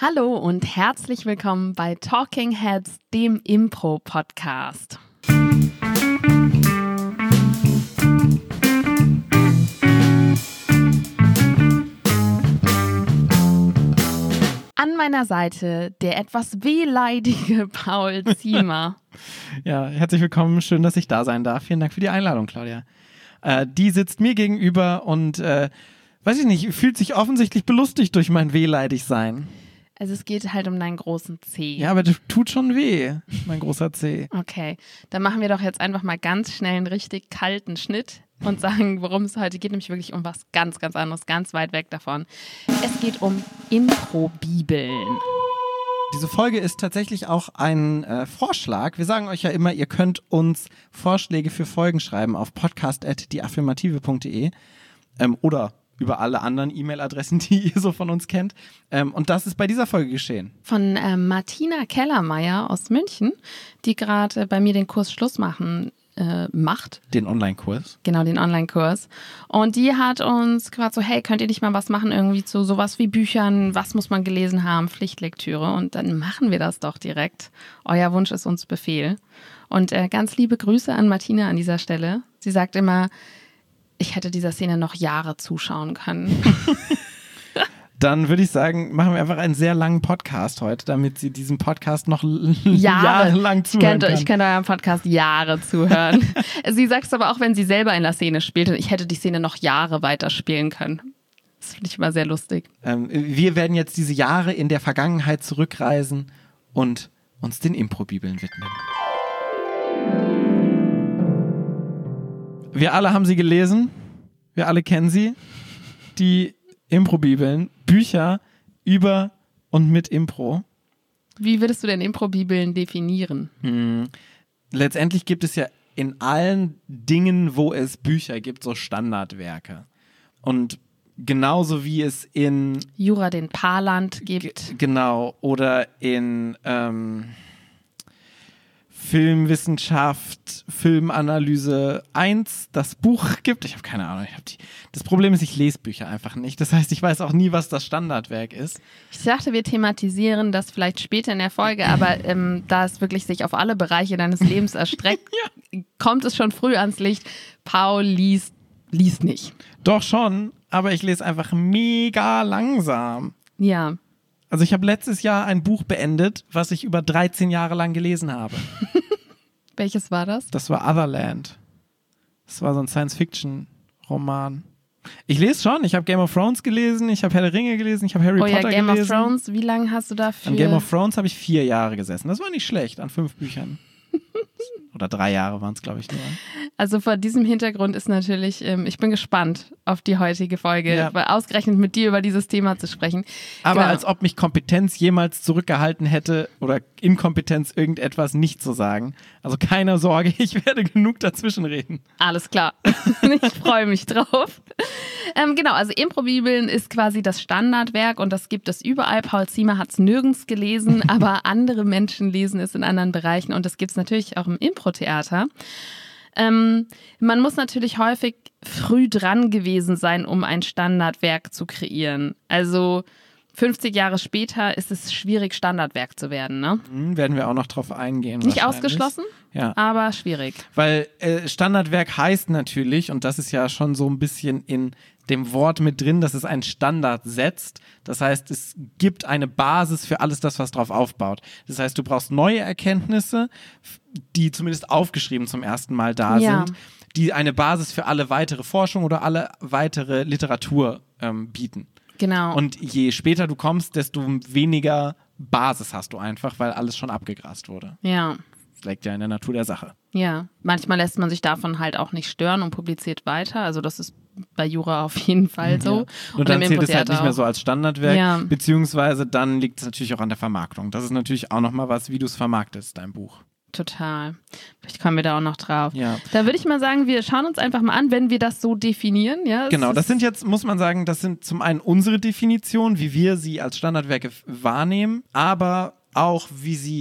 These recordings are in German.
Hallo und herzlich willkommen bei Talking Heads, dem Impro-Podcast. An meiner Seite der etwas wehleidige Paul Ziemer. Ja, herzlich willkommen. Schön, dass ich da sein darf. Vielen Dank für die Einladung, Claudia. Die sitzt mir gegenüber und, weiß ich nicht, fühlt sich offensichtlich belustigt durch mein Wehleidigsein. Also es geht halt um deinen großen Zeh. Ja, aber das tut schon weh, mein großer Zeh. Okay, dann machen wir doch jetzt einfach mal ganz schnell einen richtig kalten Schnitt und sagen, worum es heute geht, nämlich wirklich um was ganz, ganz anderes, ganz weit weg davon. Es geht um Impro-Bibeln. Diese Folge ist tatsächlich auch ein Vorschlag. Wir sagen euch ja immer, ihr könnt uns Vorschläge für Folgen schreiben auf podcast@dieaffirmative.de oder über alle anderen E-Mail-Adressen, die ihr so von uns kennt. Und das ist bei dieser Folge geschehen. Von Martina Kellermeier aus München, die gerade bei mir den Kurs Schluss machen macht. Den Online-Kurs. Genau, den Online-Kurs. Und die hat uns gefragt so, hey, könnt ihr nicht mal was machen irgendwie zu sowas wie Büchern, was muss man gelesen haben, Pflichtlektüre. Und dann machen wir das doch direkt. Euer Wunsch ist uns Befehl. Und ganz liebe Grüße an Martina an dieser Stelle. Sie sagt immer, ich hätte dieser Szene noch Jahre zuschauen können. Dann würde ich sagen, machen wir einfach einen sehr langen Podcast heute, damit sie diesem Podcast noch jahrelang zuhören kann. Ich könnte eurem Podcast Jahre zuhören. Sie sagt es aber auch, wenn sie selber in der Szene spielt. Ich hätte die Szene noch Jahre weiter spielen können. Das finde ich immer sehr lustig. Wir werden jetzt diese Jahre in der Vergangenheit zurückreisen und uns den Impro-Bibeln widmen. Wir alle haben sie gelesen. Wir alle kennen sie. Die Impro-Bibeln, Bücher über und mit Impro. Wie würdest du denn Impro-Bibeln definieren? Letztendlich gibt es ja in allen Dingen, wo es Bücher gibt, so Standardwerke. Und genauso wie es in Jura den Paarland gibt. Genau, oder in Filmwissenschaft, Filmanalyse 1 das Buch gibt. Ich habe keine Ahnung. Das Problem ist, ich lese Bücher einfach nicht. Das heißt, ich weiß auch nie, was das Standardwerk ist. Ich dachte, wir thematisieren das vielleicht später in der Folge, aber da es wirklich sich auf alle Bereiche deines Lebens erstreckt, kommt es schon früh ans Licht. Paul liest nicht. Doch schon, aber ich lese einfach mega langsam. Ja. Also ich habe letztes Jahr ein Buch beendet, was ich über 13 Jahre lang gelesen habe. Welches war das? Das war Otherland. Das war so ein Science-Fiction-Roman. Ich lese schon. Ich habe Game of Thrones gelesen, ich habe Herr der Ringe gelesen, ich habe Harry Potter gelesen. Game of Thrones, wie lange hast du dafür? An Game of Thrones habe ich 4 Jahre gesessen. Das war nicht schlecht, an 5 Büchern. Oder 3 Jahre waren es, glaube ich, nur. Also vor diesem Hintergrund ist natürlich, ich bin gespannt auf die heutige Folge, weil ausgerechnet mit dir über dieses Thema zu sprechen. Aber als ob mich Kompetenz jemals zurückgehalten hätte oder Inkompetenz irgendetwas nicht zu sagen. Also keine Sorge, ich werde genug dazwischen reden. Alles klar, ich freue mich drauf. Genau, also Impro-Bibeln ist quasi das Standardwerk und das gibt es überall. Paul Ziemer hat es nirgends gelesen, aber andere Menschen lesen es in anderen Bereichen und das gibt es natürlich auch im Impro-Theater. Man muss natürlich häufig früh dran gewesen sein, um ein Standardwerk zu kreieren. Also 50 Jahre später ist es schwierig, Standardwerk zu werden, ne? Werden wir auch noch drauf eingehen. Nicht ausgeschlossen, aber schwierig. Weil Standardwerk heißt natürlich, und das ist ja schon so ein bisschen in dem Wort mit drin, dass es einen Standard setzt. Das heißt, es gibt eine Basis für alles das, was drauf aufbaut. Das heißt, du brauchst neue Erkenntnisse, die zumindest aufgeschrieben zum ersten Mal da sind, die eine Basis für alle weitere Forschung oder alle weitere Literatur bieten. Genau. Und je später du kommst, desto weniger Basis hast du einfach, weil alles schon abgegrast wurde. Ja. Das liegt ja in der Natur der Sache. Ja, manchmal lässt man sich davon halt auch nicht stören und publiziert weiter. Also das ist bei Jura auf jeden Fall so. Ja. Und dann zählt es halt nicht mehr so als Standardwerk, beziehungsweise dann liegt es natürlich auch an der Vermarktung. Das ist natürlich auch nochmal was, wie du es vermarktest, dein Buch. Total. Vielleicht kommen wir da auch noch drauf. Ja. Da würde ich mal sagen, wir schauen uns einfach mal an, wenn wir das so definieren. Ja, genau, das sind jetzt, muss man sagen, das sind zum einen unsere Definitionen, wie wir sie als Standardwerke wahrnehmen, aber auch wie sie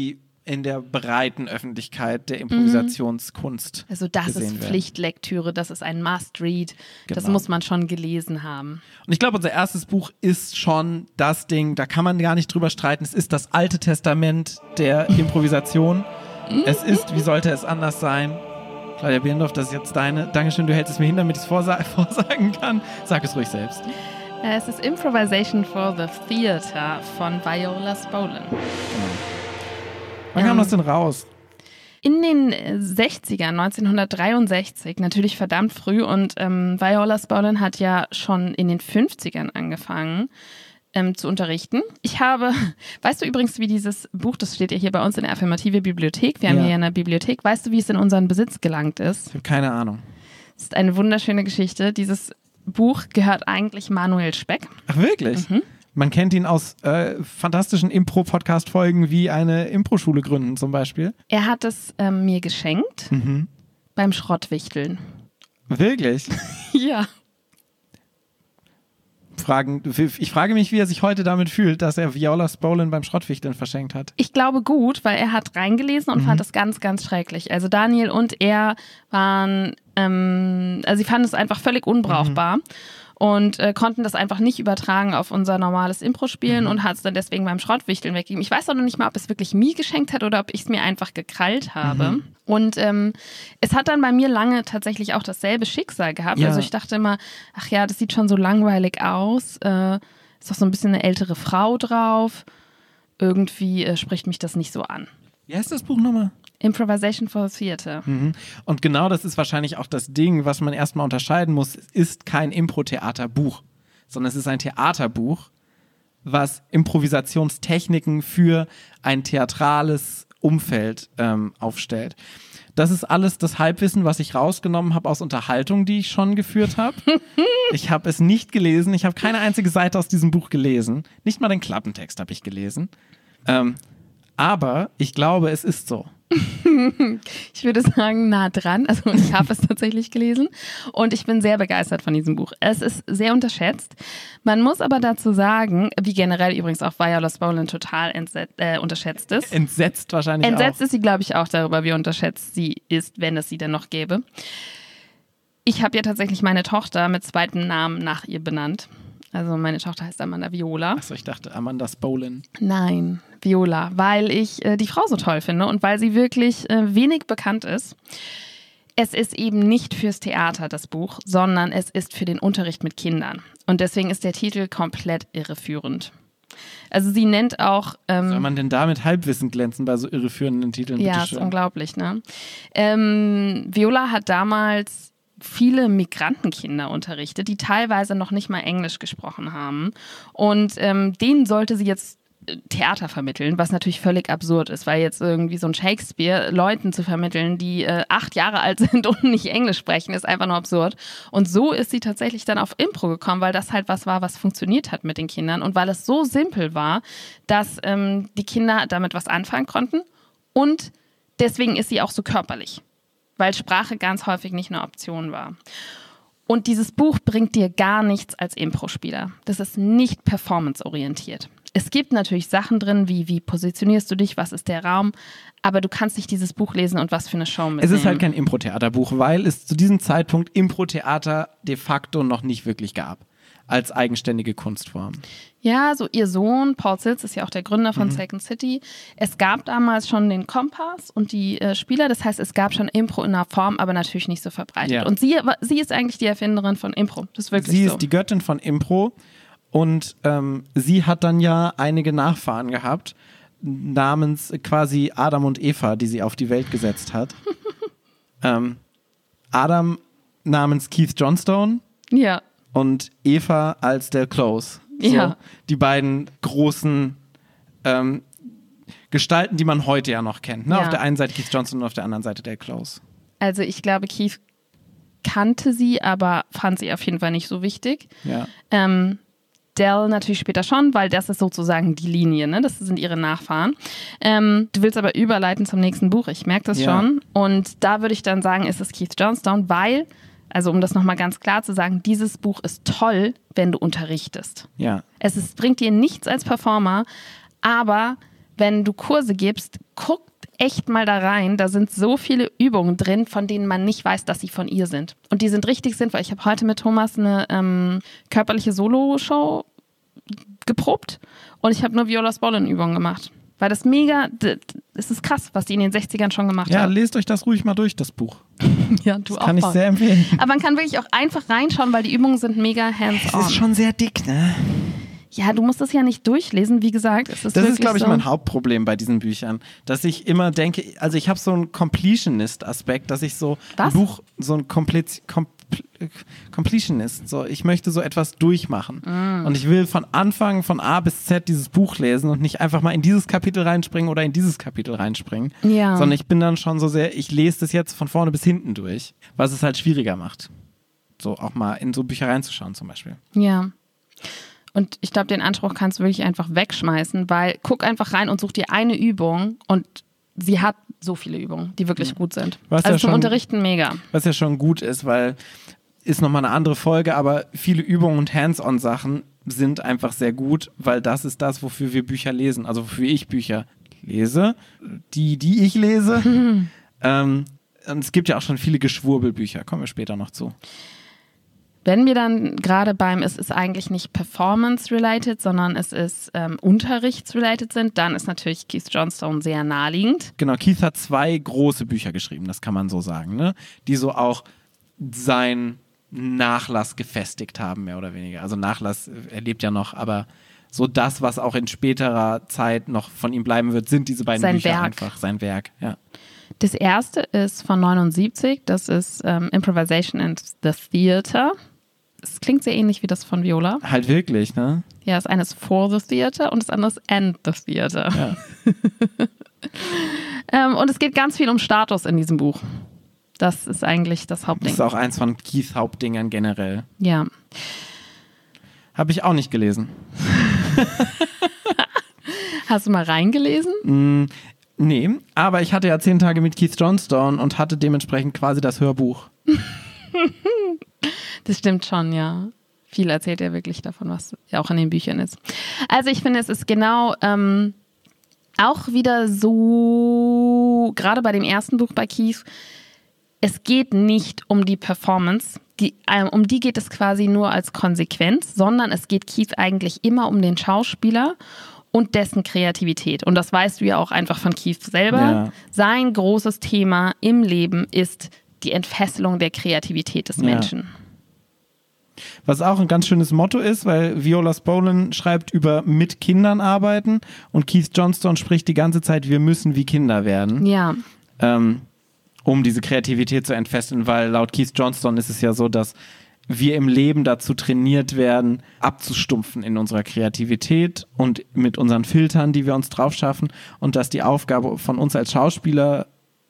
in der breiten Öffentlichkeit der Improvisationskunst Also das ist gesehen werden. Pflichtlektüre, das ist ein Must-Read, das Genau. muss man schon gelesen haben. Und ich glaube, unser erstes Buch ist schon das Ding, da kann man gar nicht drüber streiten. Es ist das Alte Testament der Improvisation. Es ist, wie sollte es anders sein? Claudia Behrendorf, das ist jetzt deine. Dankeschön, du hältst es mir hin, damit ich es vorsagen kann. Sag es ruhig selbst. Es ist Improvisation for the Theater von Viola Spolin. Wann kam das denn raus? In den 60ern, 1963, natürlich verdammt früh, und Viola Spolin hat ja schon in den 50ern angefangen zu unterrichten. Weißt du übrigens, wie dieses Buch, das steht ja hier bei uns in der Affirmative Bibliothek, wir haben hier eine Bibliothek, weißt du, wie es in unseren Besitz gelangt ist? Ich habe keine Ahnung. Es ist eine wunderschöne Geschichte. Dieses Buch gehört eigentlich Manuel Speck. Ach, wirklich? Man kennt ihn aus fantastischen Impro-Podcast-Folgen wie eine Impro-Schule gründen zum Beispiel. Er hat es mir geschenkt beim Schrottwichteln. Wirklich? Ja. Ich frage mich, wie er sich heute damit fühlt, dass er Viola Spolin beim Schrottwichteln verschenkt hat. Ich glaube gut, weil er hat reingelesen und fand es ganz, ganz schrecklich. Also Daniel und er waren, also sie fanden es einfach völlig unbrauchbar. Und konnten das einfach nicht übertragen auf unser normales Impro-Spielen und hat es dann deswegen beim Schrottwichteln weggegeben. Ich weiß auch noch nicht mal, ob es wirklich mir geschenkt hat oder ob ich es mir einfach gekrallt habe. Und es hat dann bei mir lange tatsächlich auch dasselbe Schicksal gehabt. Ja. Also ich dachte immer, ach ja, das sieht schon so langweilig aus. Ist doch so ein bisschen eine ältere Frau drauf. Irgendwie spricht mich das nicht so an. Wie heißt das Buch nochmal? Improvisation for the Theater. Und genau das ist wahrscheinlich auch das Ding, was man erstmal unterscheiden muss. Es ist kein Impro-Theaterbuch, sondern es ist ein Theaterbuch, was Improvisationstechniken für ein theatrales Umfeld aufstellt. Das ist alles das Halbwissen, was ich rausgenommen habe aus Unterhaltungen, die ich schon geführt habe. Ich habe es nicht gelesen. Ich habe keine einzige Seite aus diesem Buch gelesen. Nicht mal den Klappentext habe ich gelesen. Aber ich glaube, es ist so. Ich würde sagen, nah dran. Also ich habe es tatsächlich gelesen und ich bin sehr begeistert von diesem Buch. Es ist sehr unterschätzt. Man muss aber dazu sagen, wie generell übrigens auch Viola Spolin total unterschätzt ist. Entsetzt wahrscheinlich Entsetzt auch. ist sie, glaube ich, auch darüber, wie unterschätzt sie ist, wenn es sie denn noch gäbe. Ich habe ja tatsächlich meine Tochter mit zweitem Namen nach ihr benannt. Also meine Tochter heißt Amanda Viola. Achso, ich dachte Amanda Spolin. Nein, Viola, weil ich die Frau so toll finde und weil sie wirklich wenig bekannt ist. Es ist eben nicht fürs Theater, das Buch, sondern es ist für den Unterricht mit Kindern. Und deswegen ist der Titel komplett irreführend. Also sie nennt auch... Soll man denn da mit Halbwissen glänzen bei so irreführenden Titeln? Ja, ist unglaublich, ne? Viola hat damals viele Migrantenkinder unterrichtet, die teilweise noch nicht mal Englisch gesprochen haben. Und denen sollte sie jetzt Theater vermitteln, was natürlich völlig absurd ist, weil jetzt irgendwie so ein Shakespeare Leuten zu vermitteln, die 8 Jahre alt sind und nicht Englisch sprechen, ist einfach nur absurd. Und so ist sie tatsächlich dann auf Impro gekommen, weil das halt was war, was funktioniert hat mit den Kindern und weil es so simpel war, dass die Kinder damit was anfangen konnten und deswegen ist sie auch so körperlich, weil Sprache ganz häufig nicht eine Option war. Und dieses Buch bringt dir gar nichts als Impro-Spieler. Das ist nicht performanceorientiert. Es gibt natürlich Sachen drin, wie positionierst du dich, was ist der Raum, aber du kannst nicht dieses Buch lesen und was für eine Show mitnehmen. Es ist halt kein Impro-Theaterbuch, weil es zu diesem Zeitpunkt Impro-Theater de facto noch nicht wirklich gab, als eigenständige Kunstform. Ja, so ihr Sohn, Paul Sills, ist ja auch der Gründer von Second City. Es gab damals schon den Kompass und die Spieler, das heißt, es gab schon Impro in einer Form, aber natürlich nicht so verbreitet. Ja. Und sie ist eigentlich die Erfinderin von Impro, das ist wirklich Sie so. ist die Göttin von Impro und sie hat dann ja einige Nachfahren gehabt, namens quasi Adam und Eva, die sie auf die Welt gesetzt hat. Adam namens Keith Johnstone Ja. und Eva als der Close. So, Ja. die beiden großen Gestalten, die man heute ja noch kennt. Ne? Ja. Auf der einen Seite Keith Johnstone und auf der anderen Seite der Close. Also ich glaube, Keith kannte sie, aber fand sie auf jeden Fall nicht so wichtig. Ja. Del natürlich später schon, weil das ist sozusagen die Linie, ne? Das sind ihre Nachfahren. Du willst aber überleiten zum nächsten Buch, ich merke das schon. Und da würde ich dann sagen, ist es Keith Johnstone, weil, also um das nochmal ganz klar zu sagen, dieses Buch ist toll, wenn du unterrichtest. Ja. Bringt dir nichts als Performer, aber wenn du Kurse gibst, guckt echt mal da rein. Da sind so viele Übungen drin, von denen man nicht weiß, dass sie von ihr sind. Und die sind richtig sinnvoll. Ich habe heute mit Thomas eine körperliche Solo-Show geprobt und ich habe nur Viola Spolin-Übungen gemacht. Weil das es ist krass, was die in den 60ern schon gemacht Ja, haben. lest euch das ruhig mal durch, das Buch. Ja, du auch. Kann ich sehr empfehlen. Aber man kann wirklich auch einfach reinschauen, weil die Übungen sind mega hands-on. Es ist schon sehr dick, ne? Ja, du musst das ja nicht durchlesen, wie gesagt. Es ist Das wirklich ist, glaube ich, so. mein Hauptproblem bei diesen Büchern, dass ich immer denke, also ich habe so einen Completionist-Aspekt, dass ich so ein Buch, so ein Completionist, so ich möchte so etwas durchmachen und ich will von Anfang, von A bis Z dieses Buch lesen und nicht einfach mal in dieses Kapitel reinspringen oder in dieses Kapitel reinspringen, sondern ich bin dann schon so sehr, ich lese das jetzt von vorne bis hinten durch, was es halt schwieriger macht, so auch mal in so Bücher reinzuschauen zum Beispiel. Ja. Und ich glaube, den Anspruch kannst du wirklich einfach wegschmeißen, weil guck einfach rein und such dir eine Übung und sie hat so viele Übungen, die wirklich gut sind. Was also ja zum schon, Unterrichten mega. Was ja schon gut ist, weil ist nochmal eine andere Folge, aber viele Übungen und Hands-on-Sachen sind einfach sehr gut, weil das ist das, wofür wir Bücher lesen, also wofür ich Bücher lese, die ich lese. Und es gibt ja auch schon viele Geschwurbelbücher, kommen wir später noch zu. Wenn wir dann gerade es ist eigentlich nicht performance-related, sondern es ist unterrichtsrelated sind, dann ist natürlich Keith Johnstone sehr naheliegend. Genau, Keith hat 2 große Bücher geschrieben, das kann man so sagen, ne? Die so auch sein Nachlass gefestigt haben, mehr oder weniger. Also Nachlass, er lebt ja noch, aber so das, was auch in späterer Zeit noch von ihm bleiben wird, sind diese beiden Bücher einfach. Sein Werk, ja. Das erste ist von 79, das ist Improvisation and the Theater. Es klingt sehr ähnlich wie das von Viola. Halt wirklich, ne? Ja, das eine ist For the Theater und das andere ist And the Theater. Ja. Und es geht ganz viel um Status in diesem Buch. Das ist eigentlich das Hauptding. Das ist auch eins von Keiths Hauptdingern generell. Ja. Habe ich auch nicht gelesen. Hast du mal reingelesen? Nee, aber ich hatte ja 10 Tage mit Keith Johnstone und hatte dementsprechend quasi das Hörbuch. Das stimmt schon, ja. Viel erzählt er wirklich davon, was ja auch in den Büchern ist. Also ich finde, es ist genau auch wieder so, gerade bei dem ersten Buch bei Keith, es geht nicht um die Performance, um die geht es quasi nur als Konsequenz, sondern es geht Keith eigentlich immer um den Schauspieler und dessen Kreativität. Und das weißt du ja auch einfach von Keith selber. Ja. Sein großes Thema im Leben ist die Entfesselung der Kreativität des Menschen. Was auch ein ganz schönes Motto ist, weil Viola Spolin schreibt über mit Kindern arbeiten und Keith Johnstone spricht die ganze Zeit, wir müssen wie Kinder werden. Ja. Um diese Kreativität zu entfesseln, weil laut Keith Johnstone ist es ja so, dass wir im Leben dazu trainiert werden, abzustumpfen in unserer Kreativität und mit unseren Filtern, die wir uns drauf schaffen und dass die Aufgabe von uns als Schauspielern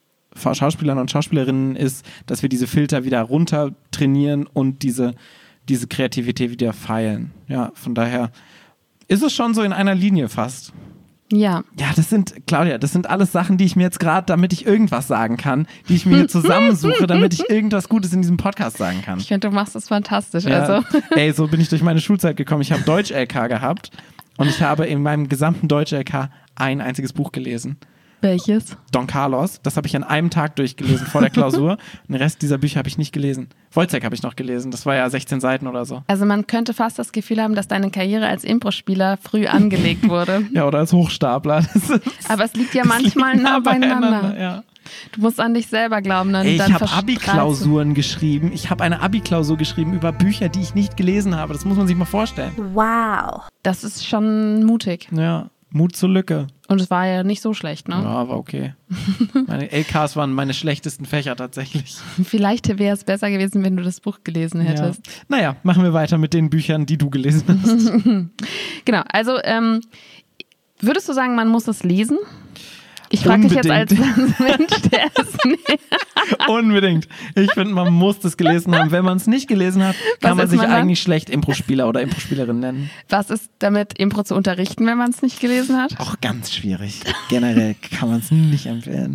und Schauspielerinnen ist, dass wir diese Filter wieder runter trainieren und diese Kreativität wieder feilen. Ja, von daher ist es schon so in einer Linie fast. Ja. Ja, das sind alles Sachen, die ich mir jetzt gerade, damit ich irgendwas sagen kann, die ich mir hier zusammensuche, damit ich irgendwas Gutes in diesem Podcast sagen kann. Ich finde, du machst das fantastisch. Ja. Also. Ey, so bin ich durch meine Schulzeit gekommen. Ich habe Deutsch-LK gehabt und ich habe in meinem gesamten Deutsch-LK ein einziges Buch gelesen. Welches? Don Carlos. Das habe ich an einem Tag durchgelesen vor der Klausur. Den Rest dieser Bücher habe ich nicht gelesen. Wojciech habe ich noch gelesen. Das war ja 16 Seiten oder so. Also man könnte fast das Gefühl haben, dass deine Karriere als Impro-Spieler früh angelegt wurde. Ja, oder als Hochstapler. Aber es liegt ja manchmal nah beieinander. Ja. Du musst an dich selber glauben. Dann, ich habe Abi-Klausuren geschrieben. Ich habe eine Abi-Klausur geschrieben über Bücher, die ich nicht gelesen habe. Das muss man sich mal vorstellen. Wow. Das ist schon mutig. Ja, Mut zur Lücke. Und es war ja nicht so schlecht, ne? Ja, war okay. Meine LKs waren meine schlechtesten Fächer tatsächlich. Vielleicht wäre es besser gewesen, wenn du das Buch gelesen hättest. Ja. Naja, machen wir weiter mit den Büchern, die du gelesen hast. Genau, also würdest du sagen, man muss es lesen? Ich frage dich jetzt als Mensch, der es nicht... Unbedingt. Ich finde, man muss das gelesen haben. Wenn man es nicht gelesen hat, kann man sich eigentlich schlecht Impro-Spieler oder Impro-Spielerin nennen. Was ist damit, Impro zu unterrichten, wenn man es nicht gelesen hat? Auch ganz schwierig. Generell kann man es nicht empfehlen.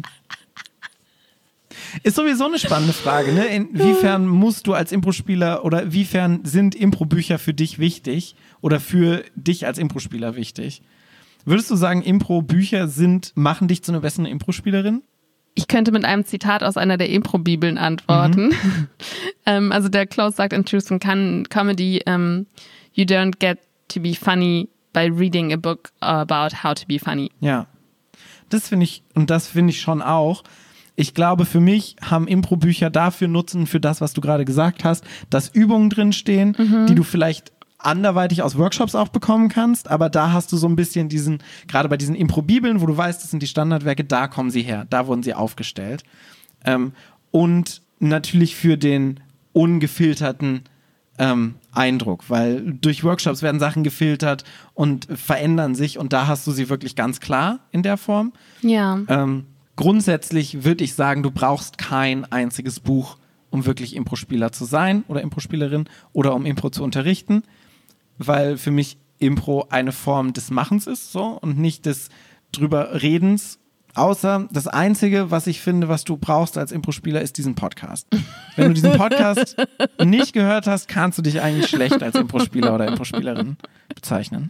Ist sowieso eine spannende Frage, ne? Inwiefern musst du als Impro-Spieler oder inwiefern sind Impro-Bücher für dich wichtig oder für dich als Impro-Spieler wichtig? Würdest du sagen, Impro-Bücher machen dich zu einer besseren Impro-Spielerin? Ich könnte mit einem Zitat aus einer der Impro-Bibeln antworten. Also der Close sagt in Truth and Comedy, you don't get to be funny by reading a book about how to be funny. Ja, das finde ich schon auch. Ich glaube, für mich haben Impro-Bücher dafür Nutzen, für das, was du gerade gesagt hast, dass Übungen drinstehen, die du vielleicht anderweitig aus Workshops auch bekommen kannst, aber da hast du so ein bisschen gerade bei diesen Impro-Bibeln, wo du weißt, das sind die Standardwerke, da kommen sie her, da wurden sie aufgestellt. Und natürlich für den ungefilterten Eindruck, weil durch Workshops werden Sachen gefiltert und verändern sich und da hast du sie wirklich ganz klar in der Form. Ja. Grundsätzlich würde ich sagen, du brauchst kein einziges Buch, um wirklich Impro-Spieler zu sein oder Impro-Spielerin oder um Impro zu unterrichten, weil für mich Impro eine Form des Machens ist so und nicht des drüber Redens. Außer das Einzige, was ich finde, was du brauchst als Impro-Spieler, ist diesen Podcast. Wenn du diesen Podcast nicht gehört hast, kannst du dich eigentlich schlecht als Impro-Spieler oder Impro-Spielerin bezeichnen.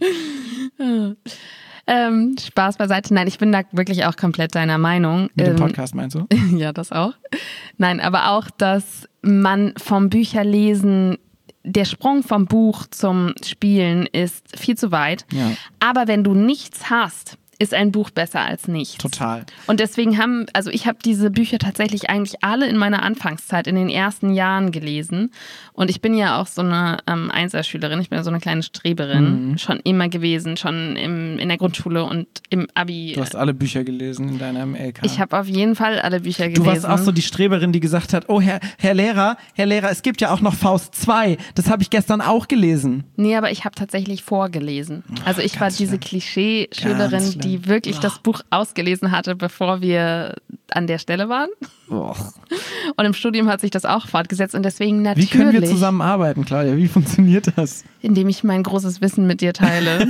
Spaß beiseite. Nein, ich bin da wirklich auch komplett deiner Meinung. Mit dem Podcast meinst du? Ja, das auch. Nein, aber auch, dass man vom Bücherlesen, der Sprung vom Buch zum Spielen ist viel zu weit. Ja. Aber wenn du nichts hast, ist ein Buch besser als nichts. Total. Und deswegen ich habe diese Bücher tatsächlich eigentlich alle in meiner Anfangszeit, in den ersten Jahren gelesen. Und ich bin ja auch so eine Einserschülerin, ich bin ja so eine kleine Streberin, schon immer gewesen, schon in der Grundschule und im Abi. Du hast alle Bücher gelesen in deinem LK. Ich habe auf jeden Fall alle Bücher gelesen. Du warst auch so die Streberin, die gesagt hat, oh Herr Lehrer, es gibt ja auch noch Faust 2, das habe ich gestern auch gelesen. Nee, aber ich habe tatsächlich vorgelesen. Also ich war diese Klischee-Schülerin, die wirklich das Buch ausgelesen hatte, bevor wir an der Stelle waren. Und im Studium hat sich das auch fortgesetzt und deswegen natürlich. Wie können wir zusammenarbeiten, Claudia? Wie funktioniert das? Indem ich mein großes Wissen mit dir teile.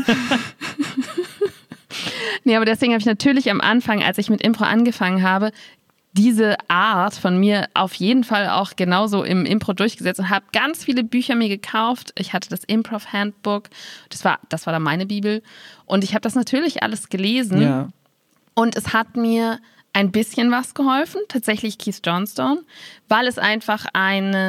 Nee, aber deswegen habe ich natürlich am Anfang, als ich mit Impro angefangen habe, diese Art von mir auf jeden Fall auch genauso im Impro durchgesetzt und habe ganz viele Bücher mir gekauft. Ich hatte das Improv Handbook, das war dann meine Bibel und ich habe das natürlich alles gelesen und es hat mir ein bisschen was geholfen, tatsächlich Keith Johnstone, weil es einfach es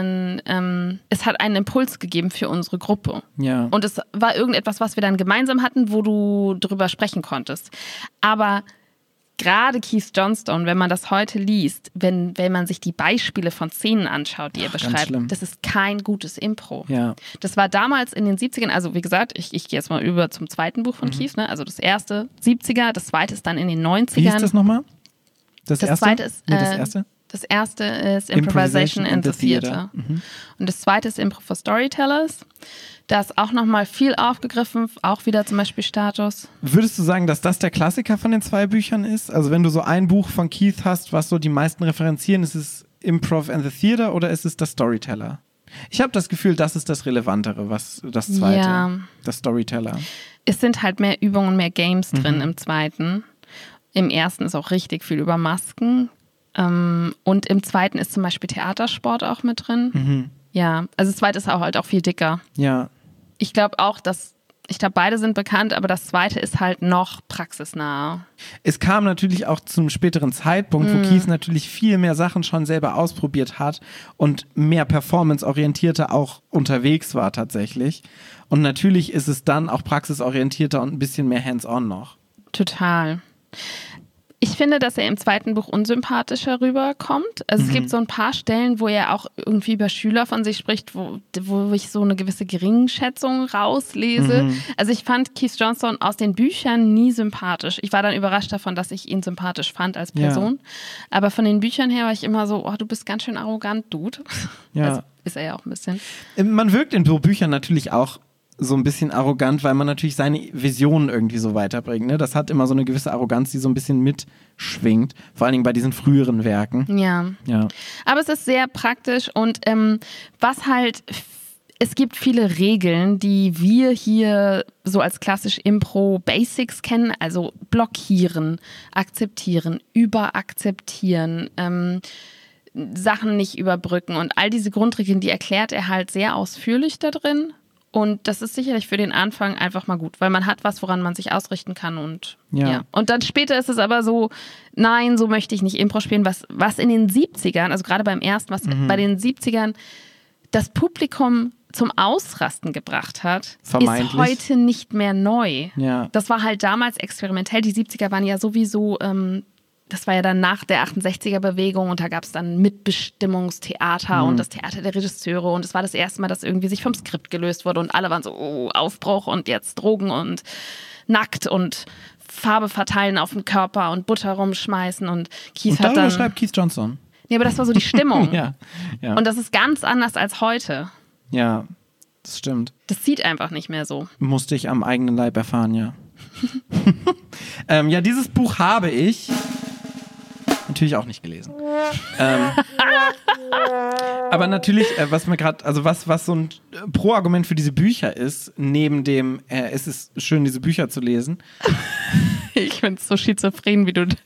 hat einen Impuls gegeben für unsere Gruppe. Ja. Und es war irgendetwas, was wir dann gemeinsam hatten, wo du drüber sprechen konntest. Aber gerade Keith Johnstone, wenn man das heute liest, wenn man sich die Beispiele von Szenen anschaut, die er beschreibt, das ist kein gutes Impro. Ja. Das war damals in den 70ern, also wie gesagt, ich gehe jetzt mal über zum zweiten Buch von Keith, ne? Also das erste 70er, das zweite ist dann in den 90ern. Wie hieß das nochmal? Das erste? Zweite ist, das erste? Das erste ist Improvisation in the Theater. Und das zweite ist Impro for Storytellers. Da ist auch nochmal viel aufgegriffen, auch wieder zum Beispiel Status. Würdest du sagen, dass das der Klassiker von den zwei Büchern ist? Also wenn du so ein Buch von Keith hast, was so die meisten referenzieren, ist es Improv and the Theater oder ist es das Storyteller? Ich habe das Gefühl, das ist das Relevantere, was das zweite, das Storyteller. Es sind halt mehr Übungen und mehr Games drin im zweiten. Im ersten ist auch richtig viel über Masken. Und im zweiten ist zum Beispiel Theatersport auch mit drin. Ja, also das zweite ist auch halt auch viel dicker. Ja. Ich glaube auch, beide sind bekannt, aber das zweite ist halt noch praxisnah. Es kam natürlich auch zum späteren Zeitpunkt, wo Keith natürlich viel mehr Sachen schon selber ausprobiert hat und mehr performanceorientierter auch unterwegs war tatsächlich. Und natürlich ist es dann auch praxisorientierter und ein bisschen mehr hands-on noch. Total. Ich finde, dass er im zweiten Buch unsympathischer rüberkommt. Also es gibt so ein paar Stellen, wo er auch irgendwie über Schüler von sich spricht, wo ich so eine gewisse Geringschätzung rauslese. Also ich fand Keith Johnstone aus den Büchern nie sympathisch. Ich war dann überrascht davon, dass ich ihn sympathisch fand als Person. Aber von den Büchern her war ich immer so, du bist ganz schön arrogant, Dude. Ja. Also ist er ja auch ein bisschen. Man wirkt in Büchern natürlich auch so ein bisschen arrogant, weil man natürlich seine Visionen irgendwie so weiterbringt. Ne? Das hat immer so eine gewisse Arroganz, die so ein bisschen mitschwingt. Vor allen Dingen bei diesen früheren Werken. Ja. Aber es ist sehr praktisch und es gibt viele Regeln, die wir hier so als klassisch Impro-Basics kennen, also blockieren, akzeptieren, überakzeptieren, Sachen nicht überbrücken und all diese Grundregeln, die erklärt er halt sehr ausführlich da drin. Und das ist sicherlich für den Anfang einfach mal gut, weil man hat was, woran man sich ausrichten kann. Und ja. Und dann später ist es aber so, nein, so möchte ich nicht Impro spielen. Was in den 70ern, also gerade beim ersten, was bei den 70ern das Publikum zum Ausrasten gebracht hat, ist heute nicht mehr neu. Ja. Das war halt damals experimentell. Die 70er waren ja sowieso, das war ja dann nach der 68er-Bewegung und da gab es dann Mitbestimmungstheater und das Theater der Regisseure und es war das erste Mal, dass irgendwie sich vom Skript gelöst wurde und alle waren so, oh, Aufbruch und jetzt Drogen und nackt und Farbe verteilen auf den Körper und Butter rumschmeißen und Keith hat dann... schreibt Keith Johnstone. Nee, aber das war so die Stimmung. Ja. Und das ist ganz anders als heute. Ja, das stimmt. Das zieht einfach nicht mehr so. Musste ich am eigenen Leib erfahren, ja. Ja, dieses Buch habe ich natürlich auch nicht gelesen. Aber natürlich, was mir gerade, also was so ein Pro-Argument für diese Bücher ist, neben dem, es ist schön, diese Bücher zu lesen. Ich finde es so schizophren, wie du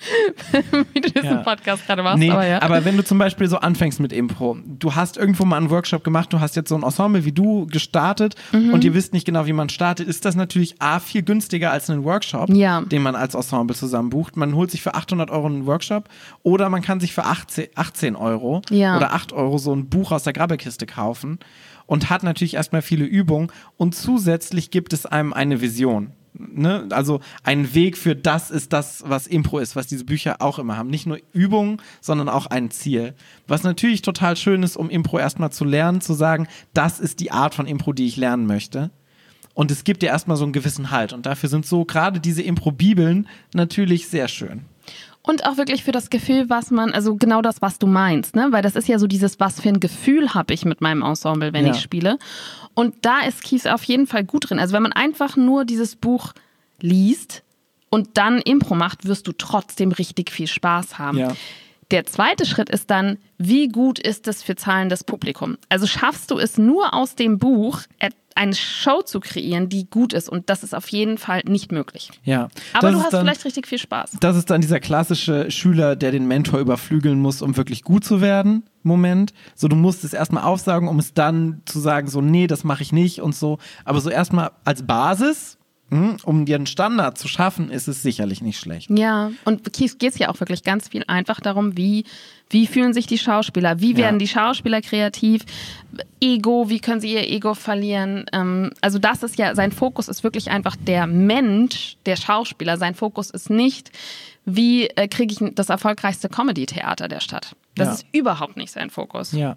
diesen Podcast gerade machst. Nee, aber, aber wenn du zum Beispiel so anfängst mit Impro, du hast irgendwo mal einen Workshop gemacht, du hast jetzt so ein Ensemble wie du gestartet und ihr wisst nicht genau, wie man startet, ist das natürlich viel günstiger als einen Workshop, den man als Ensemble zusammen bucht. Man holt sich für 800 Euro einen Workshop oder man kann sich für 18 Euro oder 8 Euro so ein Buch aus der Grabbelkiste kaufen und hat natürlich erstmal viele Übungen und zusätzlich gibt es einem eine Vision. Ne? Also ein Weg für das ist das, was Impro ist, was diese Bücher auch immer haben. Nicht nur Übungen, sondern auch ein Ziel. Was natürlich total schön ist, um Impro erstmal zu lernen, zu sagen, das ist die Art von Impro, die ich lernen möchte. Und es gibt dir erstmal so einen gewissen Halt. Und dafür sind so gerade diese Impro-Bibeln natürlich sehr schön. Und auch wirklich für das Gefühl, also genau das, was du meinst, ne? Weil das ist ja so dieses, was für ein Gefühl habe ich mit meinem Ensemble, wenn ich spiele. Und da ist Keith auf jeden Fall gut drin. Also wenn man einfach nur dieses Buch liest und dann Impro macht, wirst du trotzdem richtig viel Spaß haben. Ja. Der zweite Schritt ist dann, wie gut ist es für zahlendes Publikum? Also schaffst du es nur aus dem Buch, eine Show zu kreieren, die gut ist. Und das ist auf jeden Fall nicht möglich. Ja. Aber du hast vielleicht richtig viel Spaß. Das ist dann dieser klassische Schüler, der den Mentor überflügeln muss, um wirklich gut zu werden. Moment. So, du musst es erstmal aufsagen, um es dann zu sagen, so, nee, das mache ich nicht und so. Aber so erstmal als Basis, um dir einen Standard zu schaffen, ist es sicherlich nicht schlecht. Ja, und Keith geht es ja auch wirklich ganz viel einfach darum, wie fühlen sich die Schauspieler, wie werden die Schauspieler kreativ, Ego, wie können sie ihr Ego verlieren. Also das ist ja, sein Fokus ist wirklich einfach der Mensch, der Schauspieler. Sein Fokus ist nicht, wie kriege ich das erfolgreichste Comedy-Theater der Stadt. Das ist überhaupt nicht sein Fokus. Ja.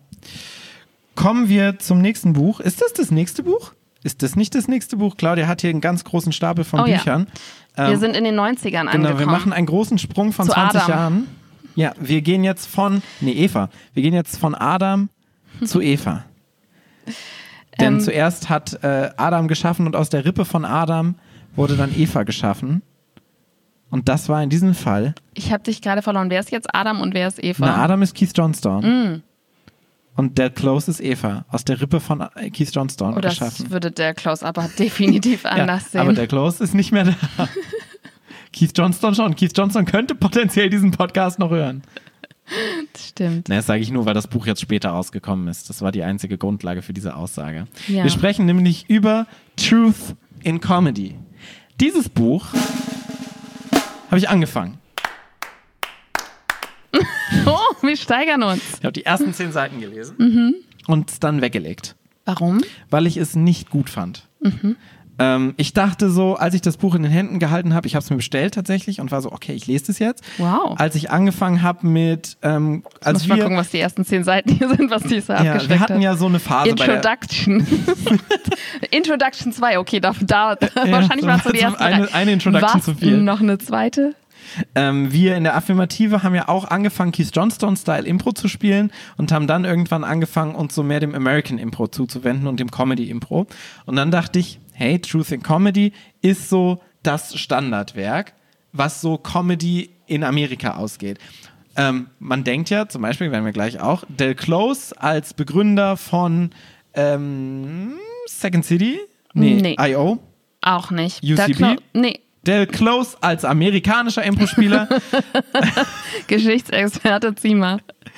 Kommen wir zum nächsten Buch. Ist das nächste Buch? Ist das nicht das nächste Buch? Claudia hat hier einen ganz großen Stapel von Büchern. Ja. Wir sind in den 90ern angekommen. Genau, wir machen einen großen Sprung von zu 20 Adam. Jahren. Ja, wir gehen jetzt Eva. Wir gehen jetzt von Adam zu Eva. Denn zuerst hat Adam geschaffen und aus der Rippe von Adam wurde dann Eva geschaffen. Und das war in diesem Fall... Ich habe dich gerade verloren. Wer ist jetzt Adam und wer ist Eva? Na, Adam ist Keith Johnstone. Und Del Close ist Eva, aus der Rippe von Keith Johnstone geschaffen. Das würde Del Close aber definitiv anders sehen. Aber Del Close ist nicht mehr da. Keith Johnstone schon. Keith Johnstone könnte potenziell diesen Podcast noch hören. Das stimmt. Das sage ich nur, weil das Buch jetzt später rausgekommen ist. Das war die einzige Grundlage für diese Aussage. Ja. Wir sprechen nämlich über Truth in Comedy. Dieses Buch habe ich angefangen. Oh, wir steigern uns. Ich habe die ersten 10 Seiten gelesen und es dann weggelegt. Warum? Weil ich es nicht gut fand. Ich dachte so, als ich das Buch in den Händen gehalten habe, ich habe es mir bestellt tatsächlich und war so, okay, ich lese das jetzt. Wow. Als ich angefangen habe mit... Muss mal gucken, was die ersten 10 Seiten hier sind, was die so abgesteckt hat. Wir hatten ja so eine Phase Introduction. Introduction 2, okay, wahrscheinlich war es so die erste. Eine Introduction zu viel. Noch eine zweite? Wir in der Affirmative haben ja auch angefangen, Keith Johnstone-Style Impro zu spielen und haben dann irgendwann angefangen, uns so mehr dem American Impro zuzuwenden und dem Comedy Impro. Und dann dachte ich, hey, Truth in Comedy ist so das Standardwerk, was so Comedy in Amerika ausgeht. Man denkt ja, zum Beispiel, werden wir gleich auch, Del Close als Begründer von Second City? Nee. I.O. Auch nicht. UCB? Nee. Del Close als amerikanischer Impro-Spieler Geschichtsexperte Ziemer.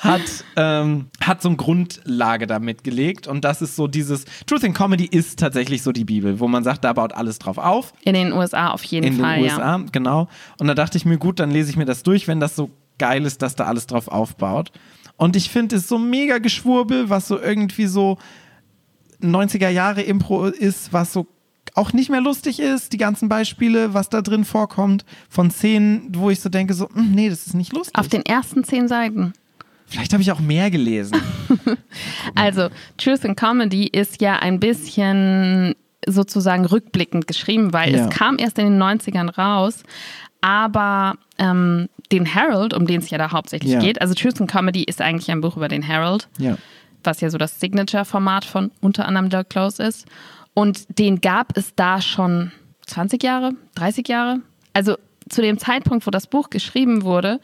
hat so eine Grundlage damit gelegt und das ist so dieses, Truth in Comedy ist tatsächlich so die Bibel, wo man sagt, da baut alles drauf auf. In den USA auf jeden Fall, In den USA, genau. Und da dachte ich mir, gut, dann lese ich mir das durch, wenn das so geil ist, dass da alles drauf aufbaut. Und ich finde es so mega Geschwurbel, was so irgendwie so 90er Jahre Impro ist, was so auch nicht mehr lustig ist, die ganzen Beispiele, was da drin vorkommt, von Szenen, wo ich so denke, so, nee, das ist nicht lustig. Auf den ersten 10 Seiten. Vielleicht habe ich auch mehr gelesen. Also, Truth in Comedy ist ja ein bisschen sozusagen rückblickend geschrieben, weil es kam erst in den 90ern raus, aber den Herald, um den es ja da hauptsächlich geht, also Truth in Comedy ist eigentlich ein Buch über den Herald, was ja so das Signature-Format von unter anderem Dirk Close ist. Und den gab es da schon 20 Jahre, 30 Jahre. Also zu dem Zeitpunkt, wo das Buch geschrieben wurde,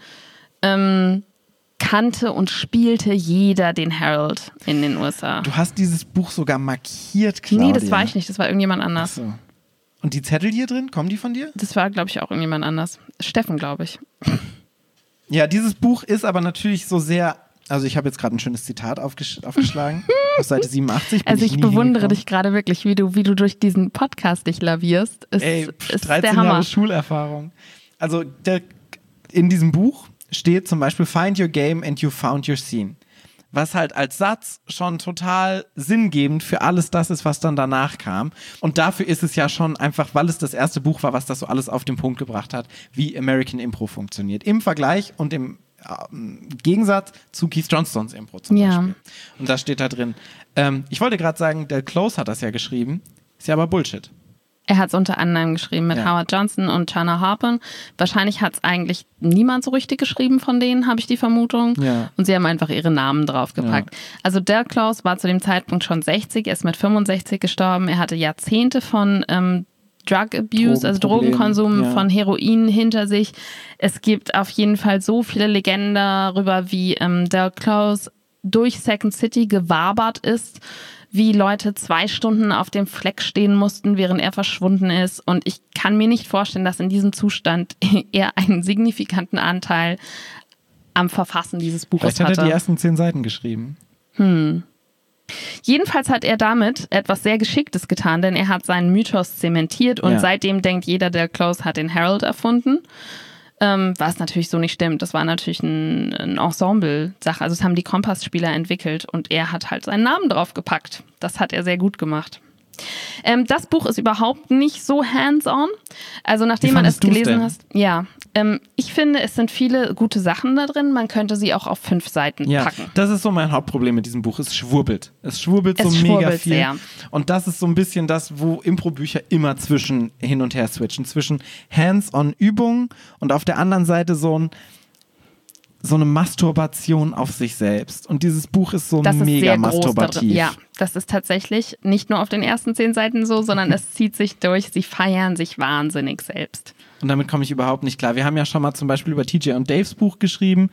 kannte und spielte jeder den Herald in den USA. Du hast dieses Buch sogar markiert, Claudia. Nee, das war ich nicht. Das war irgendjemand anders. Ach so. Und die Zettel hier drin, kommen die von dir? Das war, glaube ich, auch irgendjemand anders. Steffen, glaube ich. Ja, dieses Buch ist aber natürlich so sehr... Also ich habe jetzt gerade ein schönes Zitat aufgeschlagen, auf Seite 87. Also ich bewundere dich gerade wirklich, wie du durch diesen Podcast dich lavierst. Ist 13 der Hammer. Jahre Schulerfahrung. Also in diesem Buch steht zum Beispiel Find your game and you found your scene. Was halt als Satz schon total sinngebend für alles das ist, was dann danach kam. Und dafür ist es ja schon einfach, weil es das erste Buch war, was das so alles auf den Punkt gebracht hat, wie American Impro funktioniert. Im Vergleich und im Gegensatz zu Keith Johnstones Impro zum Beispiel. Und da steht da drin. Ich wollte gerade sagen, der Close hat das ja geschrieben, ist ja aber Bullshit. Er hat es unter anderem geschrieben mit Howard Johnson und Turner Harper. Wahrscheinlich hat es eigentlich niemand so richtig geschrieben von denen, habe ich die Vermutung. Ja. Und sie haben einfach ihre Namen draufgepackt. Ja. Also Dirk Close war zu dem Zeitpunkt schon 60, er ist mit 65 gestorben. Er hatte Jahrzehnte von Drug Abuse, also Drogenkonsum von Heroin hinter sich. Es gibt auf jeden Fall so viele Legenden darüber, wie Dirk Close durch Second City gewabert ist, wie Leute 2 Stunden auf dem Fleck stehen mussten, während er verschwunden ist. Und ich kann mir nicht vorstellen, dass in diesem Zustand er einen signifikanten Anteil am Verfassen dieses Buches hatte. Vielleicht hat er die ersten 10 Seiten geschrieben. Jedenfalls hat er damit etwas sehr Geschicktes getan, denn er hat seinen Mythos zementiert und seitdem denkt jeder, der Close hat den Herald erfunden. Was natürlich so nicht stimmt. Das war natürlich ein Ensemble-Sache. Also das haben die Kompassspieler entwickelt und er hat halt seinen Namen draufgepackt. Das hat er sehr gut gemacht. Das Buch ist überhaupt nicht so hands-on. Also nachdem man es gelesen hat, ich finde, es sind viele gute Sachen da drin. Man könnte sie auch auf 5 Seiten packen. Das ist so mein Hauptproblem mit diesem Buch. Es schwurbelt. Es schwurbelt so mega viel. Sehr. Und das ist so ein bisschen das, wo Impro-Bücher immer hin und her switchen. Zwischen Hands-on-Übungen und auf der anderen Seite so eine Masturbation auf sich selbst. Und dieses Buch ist so mega masturbativ. Ja, das ist tatsächlich nicht nur auf den ersten 10 Seiten so, sondern es zieht sich durch. Sie feiern sich wahnsinnig selbst. Und damit komme ich überhaupt nicht klar. Wir haben ja schon mal zum Beispiel über TJ und Daves Buch gesprochen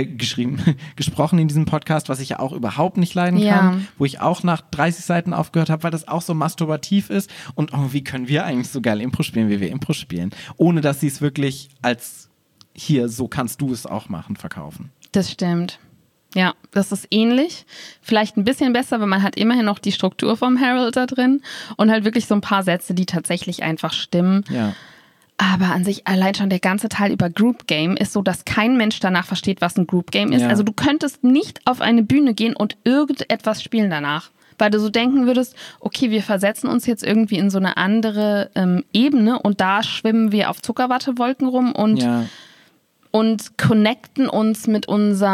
in diesem Podcast, was ich ja auch überhaupt nicht leiden kann, wo ich auch nach 30 Seiten aufgehört habe, weil das auch so masturbativ ist. Und wie können wir eigentlich so geil Impro spielen, wie wir Impro spielen, ohne dass sie es wirklich als hier, so kannst du es auch machen, verkaufen. Das stimmt. Ja, das ist ähnlich. Vielleicht ein bisschen besser, weil man hat immerhin noch die Struktur vom Herald da drin und halt wirklich so ein paar Sätze, die tatsächlich einfach stimmen. Ja. Aber an sich allein schon der ganze Teil über Group Game ist so, dass kein Mensch danach versteht, was ein Group Game ist. Ja. Also du könntest nicht auf eine Bühne gehen und irgendetwas spielen danach. Weil du so denken würdest, okay, wir versetzen uns jetzt irgendwie in so eine andere Ebene und da schwimmen wir auf Zuckerwattewolken rum und connecten uns mit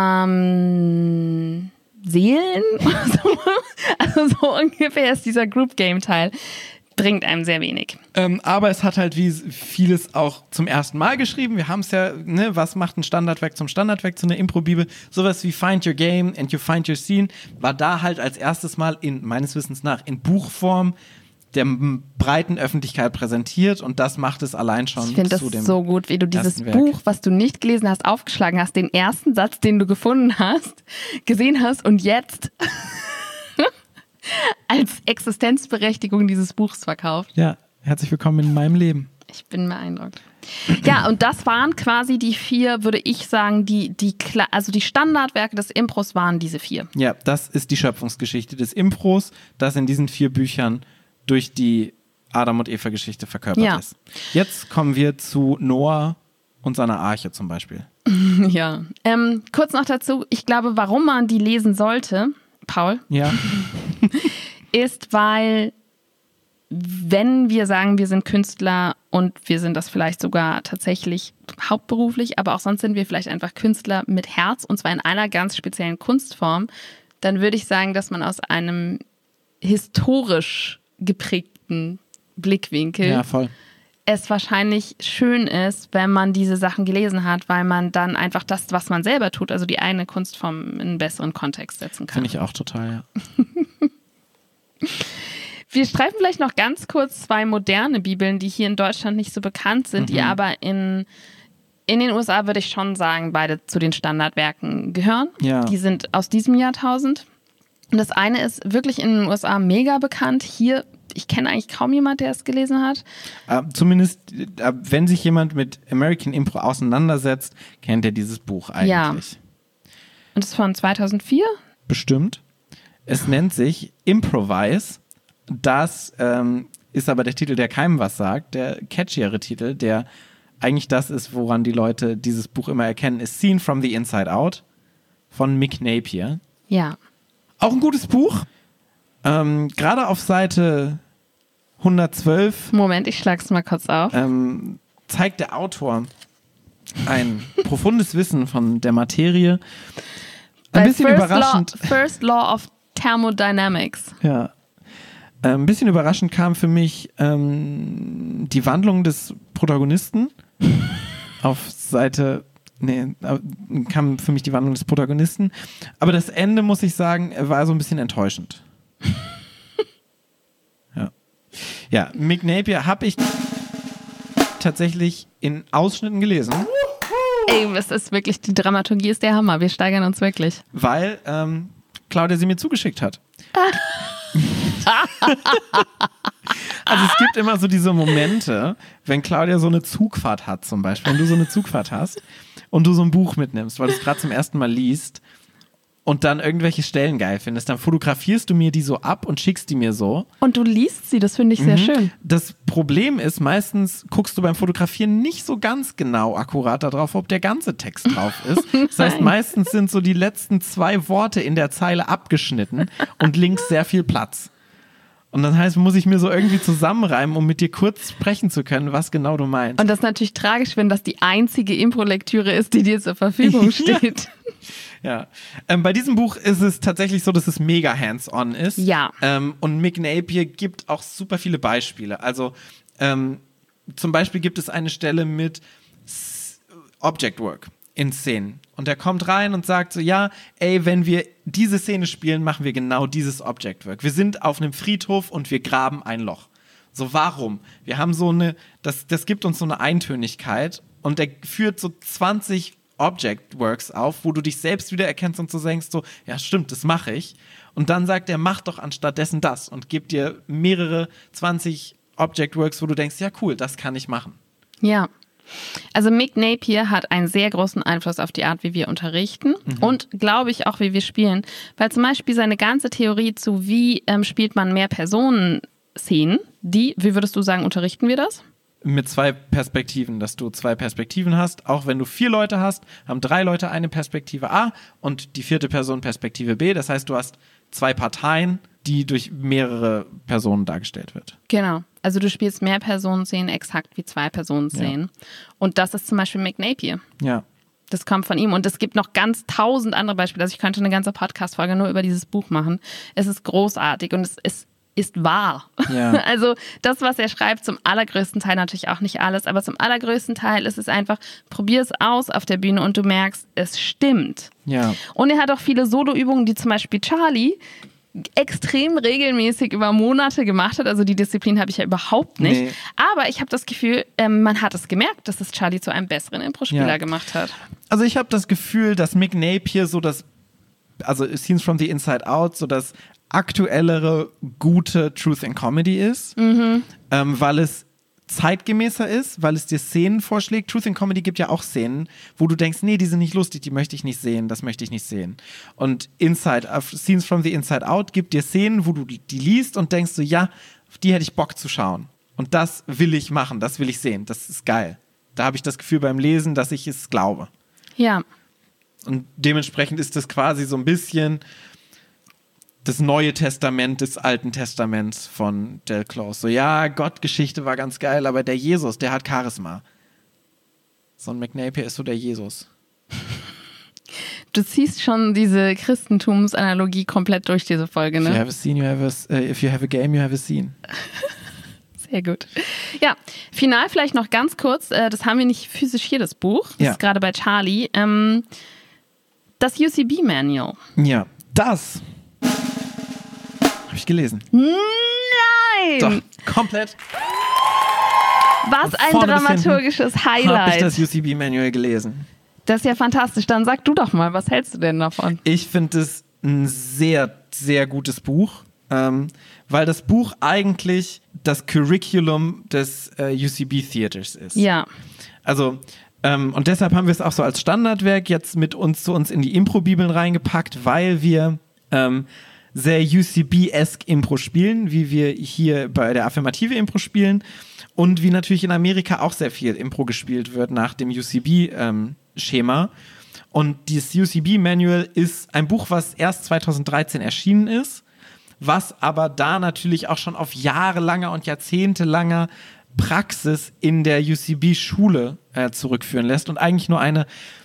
unseren Seelen. Also so ungefähr ist dieser Group-Game-Teil. Bringt einem sehr wenig. Aber es hat halt wie vieles auch zum ersten Mal geschrieben. Wir haben es ja, was macht ein Standardwerk zum Standardwerk, zu einer Impro-Bibel? Sowas wie Find Your Game and You Find Your Scene war da halt als erstes Mal meines Wissens nach in Buchform der breiten Öffentlichkeit präsentiert und das macht es allein schon. Ich finde das so gut, wie du dieses Buch, was du nicht gelesen hast, aufgeschlagen hast, den ersten Satz, den du gefunden hast, gesehen hast und jetzt als Existenzberechtigung dieses Buchs verkauft. Ja, herzlich willkommen in meinem Leben. Ich bin beeindruckt. Ja, und das waren quasi die 4, würde ich sagen, die Standardwerke des Impros waren diese 4. Ja, das ist die Schöpfungsgeschichte des Impros, das in diesen 4 Büchern durch die Adam und Eva-Geschichte verkörpert ist. Jetzt kommen wir zu Noah und seiner Arche zum Beispiel. Ja. Kurz noch dazu, ich glaube, warum man die lesen sollte, Paul, ist, weil wenn wir sagen, wir sind Künstler und wir sind das vielleicht sogar tatsächlich hauptberuflich, aber auch sonst sind wir vielleicht einfach Künstler mit Herz und zwar in einer ganz speziellen Kunstform, dann würde ich sagen, dass man aus einem historisch geprägten Blickwinkel es wahrscheinlich schön ist, wenn man diese Sachen gelesen hat, weil man dann einfach das, was man selber tut, also die eigene Kunstform in einen besseren Kontext setzen kann. Finde ich auch total, ja. Wir streifen vielleicht noch ganz kurz 2 moderne Bibeln, die hier in Deutschland nicht so bekannt sind, die aber in den USA, würde ich schon sagen, beide zu den Standardwerken gehören. Ja. Die sind aus diesem Jahrtausend. Und das eine ist wirklich in den USA mega bekannt. Hier, ich kenne eigentlich kaum jemand, der es gelesen hat. Zumindest, wenn sich jemand mit American Impro auseinandersetzt, kennt er dieses Buch eigentlich. Ja. Und es ist von 2004? Bestimmt. Es nennt sich Improvise. Das ist aber der Titel, der keinem was sagt. Der catchiere Titel, der eigentlich das ist, woran die Leute dieses Buch immer erkennen, ist Seen from the Inside Out von Mick Napier. Ja. Auch ein gutes Buch. Gerade auf Seite 112. Moment, ich schlag's mal kurz auf. Zeigt der Autor ein profundes Wissen von der Materie. Ein bisschen überraschend. First Law of Thermodynamics. Ja. Ein bisschen überraschend kam für mich die Wandlung des Protagonisten auf Seite. Kam für mich die Wandlung des Protagonisten. Aber das Ende, muss ich sagen, war so ein bisschen enttäuschend. Ja, Mick Napier habe ich tatsächlich in Ausschnitten gelesen. Ey, es ist wirklich, die Dramaturgie ist der Hammer. Wir steigern uns wirklich. Weil Claudia sie mir zugeschickt hat. Also es gibt immer so diese Momente, wenn Claudia so eine Zugfahrt hat zum Beispiel, wenn du so eine Zugfahrt hast und du so ein Buch mitnimmst, weil du es gerade zum ersten Mal liest und dann irgendwelche Stellen geil findest, dann fotografierst du mir die so ab und schickst die mir so. Und du liest sie, das finde ich sehr schön. Das Problem ist, meistens guckst du beim Fotografieren nicht so ganz genau akkurat darauf, ob der ganze Text drauf ist. Das heißt, meistens sind so die letzten 2 Worte in der Zeile abgeschnitten und links sehr viel Platz. Und das heißt, muss ich mir so irgendwie zusammenreimen, um mit dir kurz sprechen zu können, was genau du meinst. Und das ist natürlich tragisch, wenn das die einzige Impro-Lektüre ist, die dir zur Verfügung steht. Ja. Bei diesem Buch ist es tatsächlich so, dass es mega hands-on ist. Ja. Und Mick Napier gibt auch super viele Beispiele. Also zum Beispiel gibt es eine Stelle mit Object Work in Szenen. Und er kommt rein und sagt so, ja, ey, wenn wir diese Szene spielen, machen wir genau dieses Object Work. Wir sind auf einem Friedhof und wir graben ein Loch. So, warum? Wir haben so eine, das gibt uns so eine Eintönigkeit und er führt so 20 Object Works auf, wo du dich selbst wieder erkennst und so denkst so, ja stimmt, das mache ich. Und dann sagt er, mach doch anstattdessen das und gibt dir mehrere 20 Object Works, wo du denkst, ja cool, das kann ich machen. Ja. Also Mick Napier hat einen sehr großen Einfluss auf die Art, wie wir unterrichten und, glaube ich, auch wie wir spielen. Weil zum Beispiel seine ganze Theorie zu, wie spielt man mehr Personen-Szenen, wie würdest du sagen, unterrichten wir das? Mit 2 Perspektiven, dass du 2 Perspektiven hast. Auch wenn du 4 Leute hast, haben 3 Leute eine Perspektive A und die 4. Person Perspektive B. Das heißt, du hast 2 Parteien, die durch mehrere Personen dargestellt wird. Genau. Also du spielst mehr Personenszenen exakt wie 2 Personenszenen. Ja. Und das ist zum Beispiel Mick Napier. Ja. Das kommt von ihm. Und es gibt noch ganz 1000 andere Beispiele. Also ich könnte eine ganze Podcast-Folge nur über dieses Buch machen. Es ist großartig und es ist wahr. Ja. Also das, was er schreibt, zum allergrößten Teil, natürlich auch nicht alles, aber zum allergrößten Teil ist es einfach, probier es aus auf der Bühne und du merkst, es stimmt. Ja. Und er hat auch viele Solo-Übungen, die zum Beispiel Charlie extrem regelmäßig über Monate gemacht hat. Also die Disziplin habe ich ja überhaupt nicht. Nee. Aber ich habe das Gefühl, man hat es gemerkt, dass es Charlie zu einem besseren Impro-Spieler gemacht hat. Also ich habe das Gefühl, dass Mick Napier so das, also Scenes from the Inside Out, so das aktuellere, gute Truth in Comedy ist, weil es zeitgemäßer ist, weil es dir Szenen vorschlägt. Truth in Comedy gibt ja auch Szenen, wo du denkst, nee, die sind nicht lustig, die möchte ich nicht sehen, das möchte ich nicht sehen. Und Scenes from the Inside Out gibt dir Szenen, wo du die liest und denkst so, ja, auf die hätte ich Bock zu schauen. Und das will ich machen, das will ich sehen, das ist geil. Da habe ich das Gefühl beim Lesen, dass ich es glaube. Ja. Und dementsprechend ist das quasi so ein bisschen das Neue Testament des Alten Testaments von Del Close. So, ja, Gottgeschichte war ganz geil, aber der Jesus, der hat Charisma. So ein McNapier ist so der Jesus. Du ziehst schon diese Christentumsanalogie komplett durch diese Folge, ne? If you have a scene, if you have a game, you have a scene. Sehr gut. Ja, final vielleicht noch ganz kurz, das haben wir nicht physisch hier, das Buch. Das ist gerade bei Charlie. Das UCB-Manual. Ja, das habe ich gelesen. Nein! Doch, komplett. Was ein dramaturgisches Highlight. Habe ich das UCB-Manual gelesen. Das ist ja fantastisch. Dann sag du doch mal, was hältst du denn davon? Ich finde es ein sehr, sehr gutes Buch, weil das Buch eigentlich das Curriculum des UCB-Theaters ist. Ja. Also, und deshalb haben wir es auch so als Standardwerk jetzt zu uns in die Impro-Bibeln reingepackt, weil wir sehr UCB-esque Impro spielen, wie wir hier bei der Affirmative Impro spielen und wie natürlich in Amerika auch sehr viel Impro gespielt wird nach dem UCB-Schema. Und dieses UCB-Manual ist ein Buch, was erst 2013 erschienen ist, was aber da natürlich auch schon auf jahrelanger und jahrzehntelanger Praxis in der UCB-Schule zurückführen lässt und eigentlich nur eine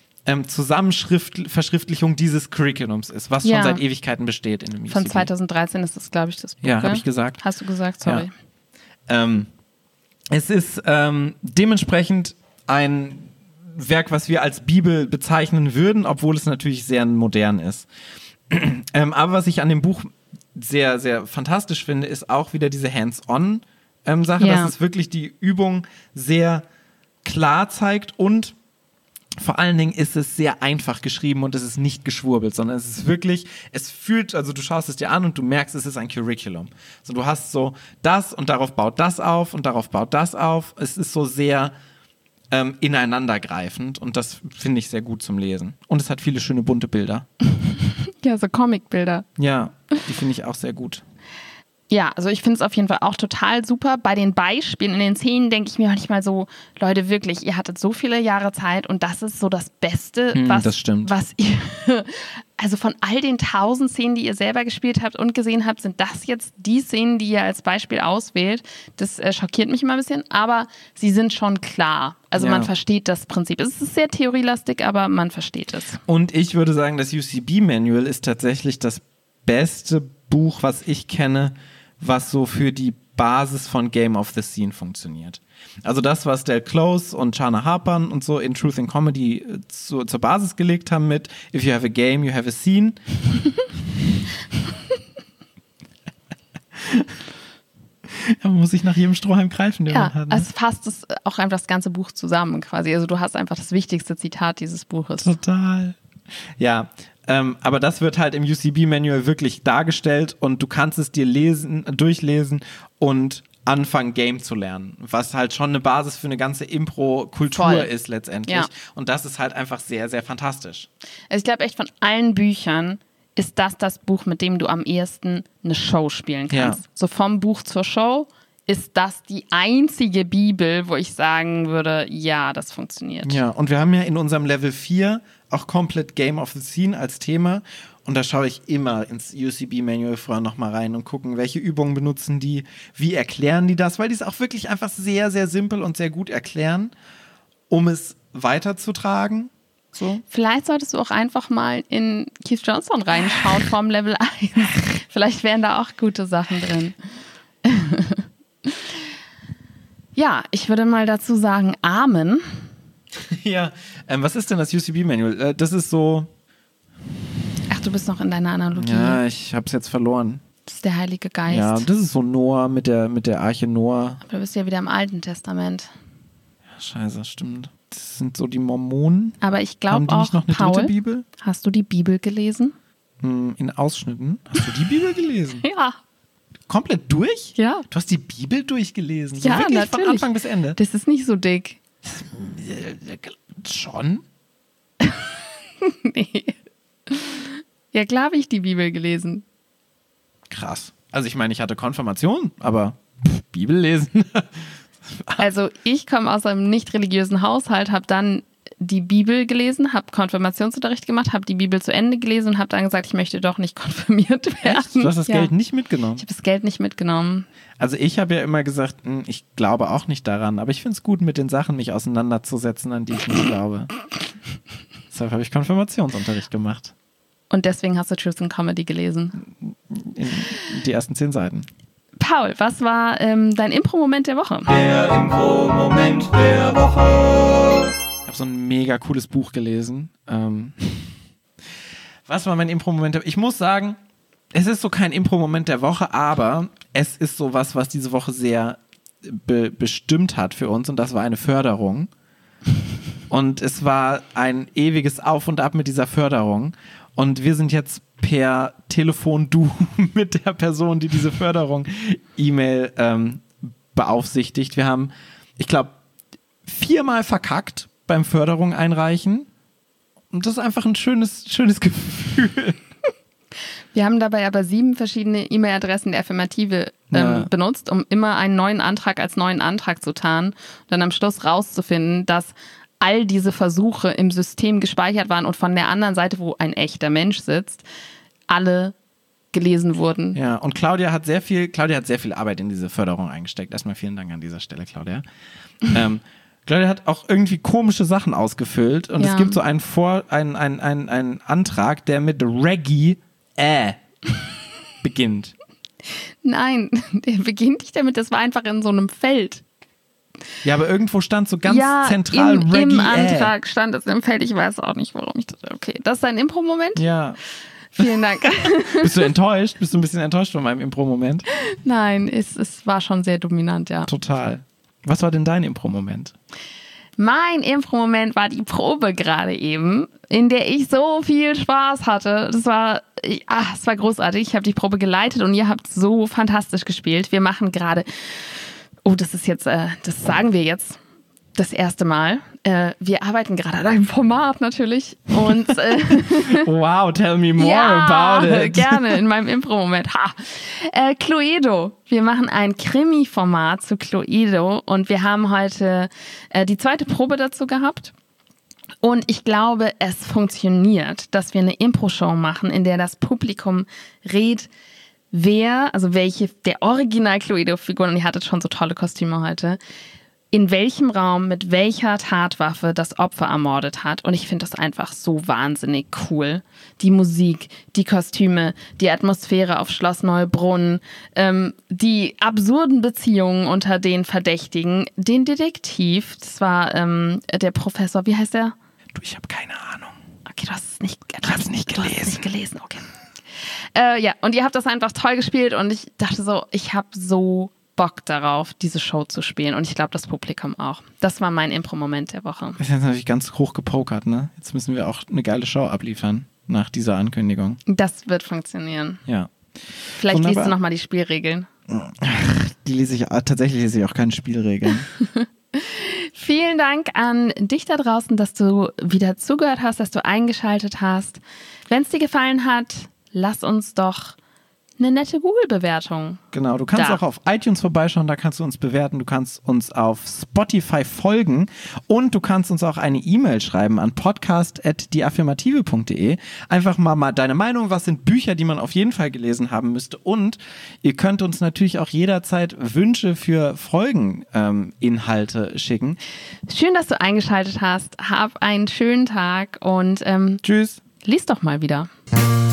Verschriftlichung dieses Curriculums ist, was schon seit Ewigkeiten besteht in dem UCB. Von 2013 ist das, glaube ich, das Buch. Ja, habe ich gesagt. Hast du gesagt, sorry. Ja. Es ist dementsprechend ein Werk, was wir als Bibel bezeichnen würden, obwohl es natürlich sehr modern ist. Aber was ich an dem Buch sehr, sehr fantastisch finde, ist auch wieder diese Hands-on-Sache, dass es wirklich die Übung sehr klar zeigt und vor allen Dingen ist es sehr einfach geschrieben und es ist nicht geschwurbelt, sondern es ist wirklich, also du schaust es dir an und du merkst, es ist ein Curriculum. Also du hast so das und darauf baut das auf und darauf baut das auf. Es ist so sehr ineinandergreifend und das finde ich sehr gut zum Lesen. Und es hat viele schöne bunte Bilder. Ja, so Comicbilder. Ja, die finde ich auch sehr gut. Ja, also ich finde es auf jeden Fall auch total super. Bei den Beispielen in den Szenen denke ich mir manchmal so, Leute, wirklich, ihr hattet so viele Jahre Zeit und das ist so das Beste, was ihr, also von all den 1000 Szenen, die ihr selber gespielt habt und gesehen habt, sind das jetzt die Szenen, die ihr als Beispiel auswählt. Das schockiert mich immer ein bisschen, aber sie sind schon klar. Also man versteht das Prinzip. Es ist sehr theorielastig, aber man versteht es. Und ich würde sagen, das UCB-Manual ist tatsächlich das beste Buch, was ich kenne, was so für die Basis von Game of the Scene funktioniert. Also das, was Del Close und Charna Harper und so in Truth in Comedy zur Basis gelegt haben mit If you have a game, you have a scene. Man muss sich nach jedem Strohhalm greifen, den man hat. Ne? Es fasst es auch einfach das ganze Buch zusammen quasi. Also du hast einfach das wichtigste Zitat dieses Buches. Total. Ja, aber das wird halt im UCB-Manual wirklich dargestellt und du kannst es dir durchlesen und anfangen, Game zu lernen, was halt schon eine Basis für eine ganze Impro-Kultur ist letztendlich. Ja. Und das ist halt einfach sehr, sehr fantastisch. Also ich glaube echt, von allen Büchern ist das Buch, mit dem du am ehesten eine Show spielen kannst. Ja. So vom Buch zur Show ist das die einzige Bibel, wo ich sagen würde, ja, das funktioniert. Ja, und wir haben ja in unserem Level 4 auch komplett Game of the Scene als Thema. Und da schaue ich immer ins UCB-Manual vorher nochmal rein und gucken, welche Übungen benutzen die, wie erklären die das, weil die es auch wirklich einfach sehr, sehr simpel und sehr gut erklären, um es weiterzutragen. So. Vielleicht solltest du auch einfach mal in Keith Johnstone reinschauen vom Level 1. Vielleicht wären da auch gute Sachen drin. Ja, ich würde mal dazu sagen, Amen. Ja, was ist denn das UCB-Manual? Das ist so... Ach, du bist noch in deiner Analogie. Ja, ich hab's jetzt verloren. Das ist der Heilige Geist. Ja, das ist so Noah mit der Arche Noah. Aber du bist ja wieder im Alten Testament. Ja, scheiße, stimmt. Das sind so die Mormonen. Aber ich glaube auch, nicht noch eine Paul, dritte Bibel? Hast du die Bibel gelesen? In Ausschnitten. Hast du die Bibel gelesen? Ja. Komplett durch? Ja. Du hast die Bibel durchgelesen? So Ja, wirklich natürlich. von Anfang bis Ende? Das ist nicht so dick. Schon? Nee. Ja, klar habe ich die Bibel gelesen. Krass. Also ich meine, ich hatte Konfirmation, aber Bibel lesen? Also ich komme aus einem nicht religiösen Haushalt, habe dann die Bibel gelesen, habe Konfirmationsunterricht gemacht, habe die Bibel zu Ende gelesen und habe dann gesagt, ich möchte doch nicht konfirmiert werden. Echt? Du hast das Geld nicht mitgenommen? Ich habe das Geld nicht mitgenommen. Also ich habe ja immer gesagt, ich glaube auch nicht daran, aber ich finde es gut, mit den Sachen mich auseinanderzusetzen, an die ich nicht glaube. Deshalb habe ich Konfirmationsunterricht gemacht. Und deswegen hast du Truth and Comedy gelesen. In die ersten 10 Seiten. Paul, was war dein Impro-Moment der Woche? Der Impro-Moment der Woche. Ich habe so ein mega cooles Buch gelesen. Was war mein Impro-Moment? Ich muss sagen, es ist so kein Impro-Moment der Woche, aber es ist sowas, was diese Woche sehr bestimmt hat für uns und das war eine Förderung. Und es war ein ewiges Auf und Ab mit dieser Förderung. Und wir sind jetzt per Telefon-Du mit der Person, die diese Förderung-E-Mail beaufsichtigt. Wir haben, ich glaube, 4-mal verkackt beim Förderung einreichen. Und das ist einfach ein schönes Gefühl. Wir haben dabei aber 7 verschiedene E-Mail-Adressen der Affirmative benutzt, um immer einen neuen Antrag als neuen Antrag zu tarnen und dann am Schluss rauszufinden, dass all diese Versuche im System gespeichert waren und von der anderen Seite, wo ein echter Mensch sitzt, alle gelesen wurden. Ja, und Claudia hat sehr viel Arbeit in diese Förderung eingesteckt. Erstmal vielen Dank an dieser Stelle, Claudia. Claudia hat auch irgendwie komische Sachen ausgefüllt und es gibt so einen Antrag, der mit Reggae beginnt. Nein, der beginnt nicht damit, das war einfach in so einem Feld. Ja, aber irgendwo stand so ganz zentral im, Reggae. Im Antrag stand es im Feld, ich weiß auch nicht, warum ich das... Okay, das ist ein Impro-Moment? Ja. Vielen Dank. Bist du enttäuscht? Bist du ein bisschen enttäuscht von meinem Impro-Moment? Nein, es war schon sehr dominant, ja. Total. Was war denn dein Impro-Moment? Mein Impro-Moment war die Probe gerade eben, in der ich so viel Spaß hatte. Es war großartig. Ich habe die Probe geleitet und ihr habt so fantastisch gespielt. Wir machen gerade, das sagen wir jetzt das erste Mal. Wir arbeiten gerade an einem Format natürlich. Und wow, tell me more about it. Gerne, in meinem Impro-Moment. Cluedo. Wir machen ein Krimi-Format zu Cluedo und wir haben heute die zweite Probe dazu gehabt. Und ich glaube, es funktioniert, dass wir eine Impro-Show machen, in der das Publikum redet, welche der Original-Cluedo-Figuren, und ihr hattet schon so tolle Kostüme heute, in welchem Raum mit welcher Tatwaffe das Opfer ermordet hat. Und ich finde das einfach so wahnsinnig cool. Die Musik, die Kostüme, die Atmosphäre auf Schloss Neubrunn, die absurden Beziehungen unter den Verdächtigen, den Detektiv, das war der Professor, wie heißt der? Du, ich habe keine Ahnung. Okay, du hast es nicht gelesen. Du hast es nicht gelesen, okay. Und ihr habt das einfach toll gespielt und ich dachte so, ich habe so Bock darauf, diese Show zu spielen. Und ich glaube, das Publikum auch. Das war mein Impro-Moment der Woche. Das ist jetzt natürlich ganz hoch gepokert, ne? Jetzt müssen wir auch eine geile Show abliefern nach dieser Ankündigung. Das wird funktionieren. Ja. Vielleicht liest du nochmal die Spielregeln. Tatsächlich lese ich auch keine Spielregeln. Vielen Dank an dich da draußen, dass du wieder zugehört hast, dass du eingeschaltet hast. Wenn es dir gefallen hat, lass uns doch eine nette Google-Bewertung. Genau, du kannst auch auf iTunes vorbeischauen, da kannst du uns bewerten, du kannst uns auf Spotify folgen und du kannst uns auch eine E-Mail schreiben an podcast@dieaffirmative.de. Einfach mal deine Meinung, was sind Bücher, die man auf jeden Fall gelesen haben müsste, und ihr könnt uns natürlich auch jederzeit Wünsche für Folgeninhalte schicken. Schön, dass du eingeschaltet hast. Hab einen schönen Tag und tschüss. Lies doch mal wieder.